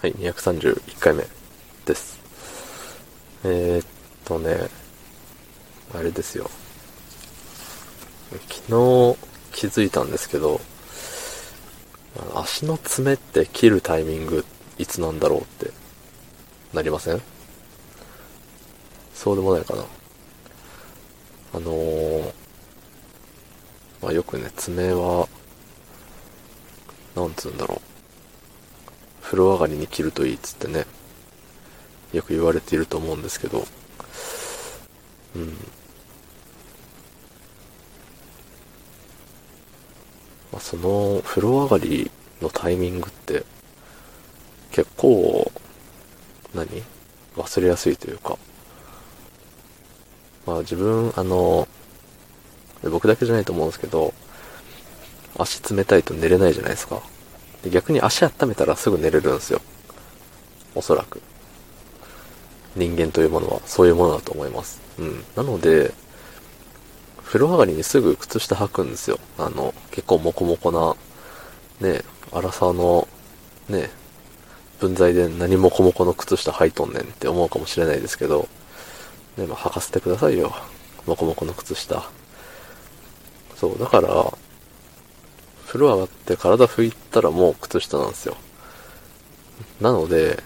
はい、231回目です。あれですよ。昨日気づいたんですけど、足の爪って切るタイミングいつなんだろうってなりません？そうでもないかな。あのー、よくね、爪は、なんつうんだろう。風呂上がりに切るといいっつってね、よく言われていると思うんですけど、うん。その風呂上がりのタイミングって結構、忘れやすいというか、自分、僕だけじゃないと思うんですけど、足冷たいと寝れないじゃないですか。で逆に足温めたらすぐ寝れるんですよ。おそらく。人間というものはそういうものだと思います。うん。なので、風呂上がりにすぐ靴下履くんですよ。結構モコモコな、ね、荒さの、ね、分際で何モコモコの靴下履いとんねんって思うかもしれないですけど、ね、履かせてくださいよ。モコモコの靴下。そう、だから、風呂上がって体拭いたらもう靴下なんですよ。なので、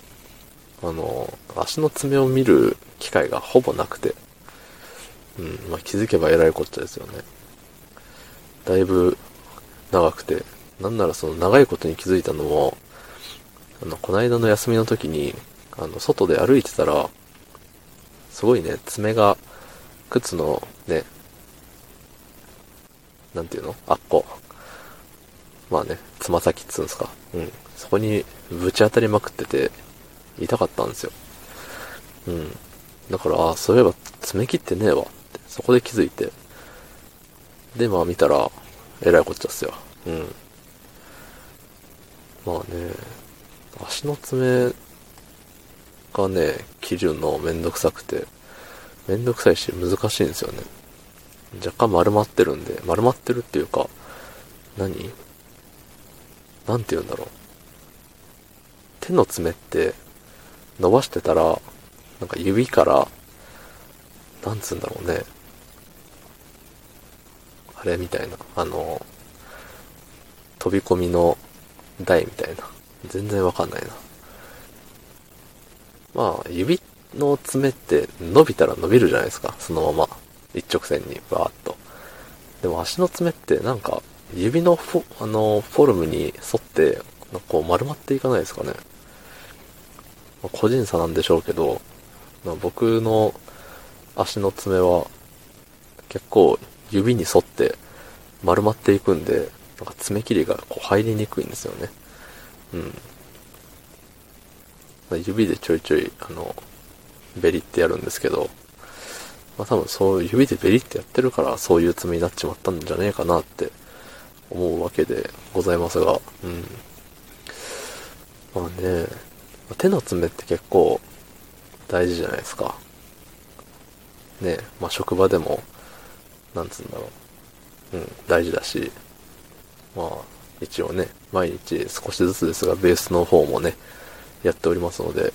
足の爪を見る機会がほぼなくて、気づけば偉いこっちゃですよね。だいぶ長くて、なんならその長いことに気づいたのも、この間の休みの時に、外で歩いてたら、すごいね、爪が、靴のね、なんていうのあっこ。つま先っつうんすか。うん。そこにぶち当たりまくってて、痛かったんですよ。うん。だから、そういえば爪切ってねえわって、そこで気づいて。で、見たら、えらいこっちゃっすよ。うん。足の爪がね、切るのめんどくさくて、めんどくさいし難しいんですよね。若干丸まってるんで、丸まってるっていうか、何なんて言うんだろう。手の爪って伸ばしてたら、なんか指から、なんつうんだろうね。あれみたいな。飛び込みの台みたいな。全然わかんないな。指の爪って伸びたら伸びるじゃないですか。そのまま。一直線にバーっと。でも足の爪ってなんか、指のフォルムに沿って、なんかこう丸まっていかないですかね。個人差なんでしょうけど、僕の足の爪は結構指に沿って丸まっていくんで、なんか爪切りがこう入りにくいんですよね。うん。指でちょいちょい、ベリってやるんですけど、多分そう指でベリってやってるからそういう爪になっちまったんじゃねえかなって思うわけでございますが、うん。ね、手の爪って結構大事じゃないですか。ね、職場でも、なんつうんだろう。うん、大事だし、一応ね、毎日少しずつですが、ベースの方もね、やっておりますので、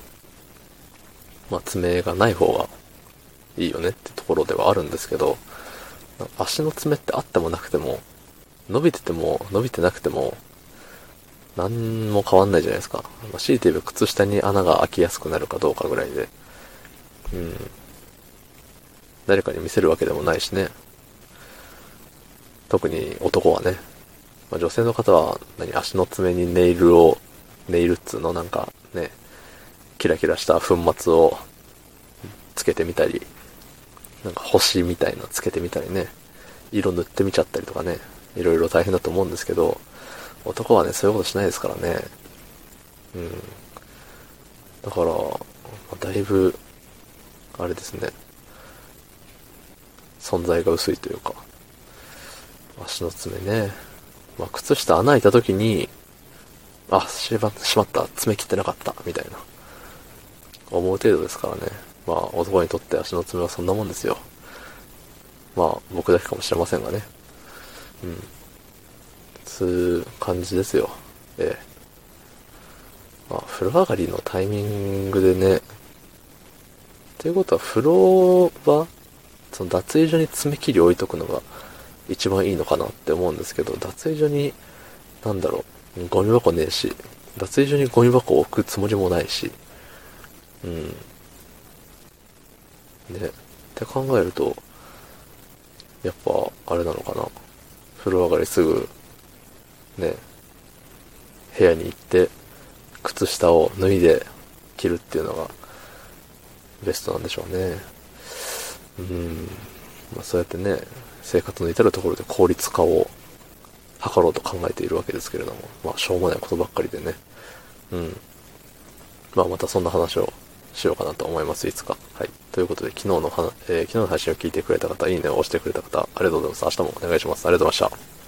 爪がない方がいいよねってところではあるんですけど、足の爪ってあってもなくても、伸びてても伸びてなくても、なんも変わんないじゃないですか。強いて言えば靴下に穴が開きやすくなるかどうかぐらいで、うん、誰かに見せるわけでもないしね。特に男はね、女性の方は足の爪にネイルっつうのなんかね、キラキラした粉末をつけてみたり、なんか星みたいなのつけてみたりね、色塗ってみちゃったりとかね、いろいろ大変だと思うんですけど、男はね、そういうことしないですからね。うん。だから、だいぶ、あれですね、存在が薄いというか、足の爪ね。靴下穴開いた時に、しまった、爪切ってなかった、みたいな、思う程度ですからね。男にとって足の爪はそんなもんですよ。僕だけかもしれませんがね。うん。つう感じですよ。ええ。 まあ、風呂上がりのタイミングでね、っていうことは風呂は、その脱衣所に爪切り置いとくのが一番いいのかなって思うんですけど、脱衣所に、なんだろう、ゴミ箱ねえし、脱衣所にゴミ箱を置くつもりもないし、うん。ね。って考えると、やっぱ、あれなのかな。風呂上がりすぐ、ね、部屋に行って、靴下を脱いで着るっていうのが、ベストなんでしょうね。まあ、そうやってね、生活の至るところで効率化を図ろうと考えているわけですけれども、まあ、しょうもないことばっかりでね。うん。まあ、またそんな話をしようかなと思います、いつか。はい。ということで、昨日の配信を聞いてくれた方、いいねを押してくれた方、ありがとうございます。明日もお願いします。ありがとうございました。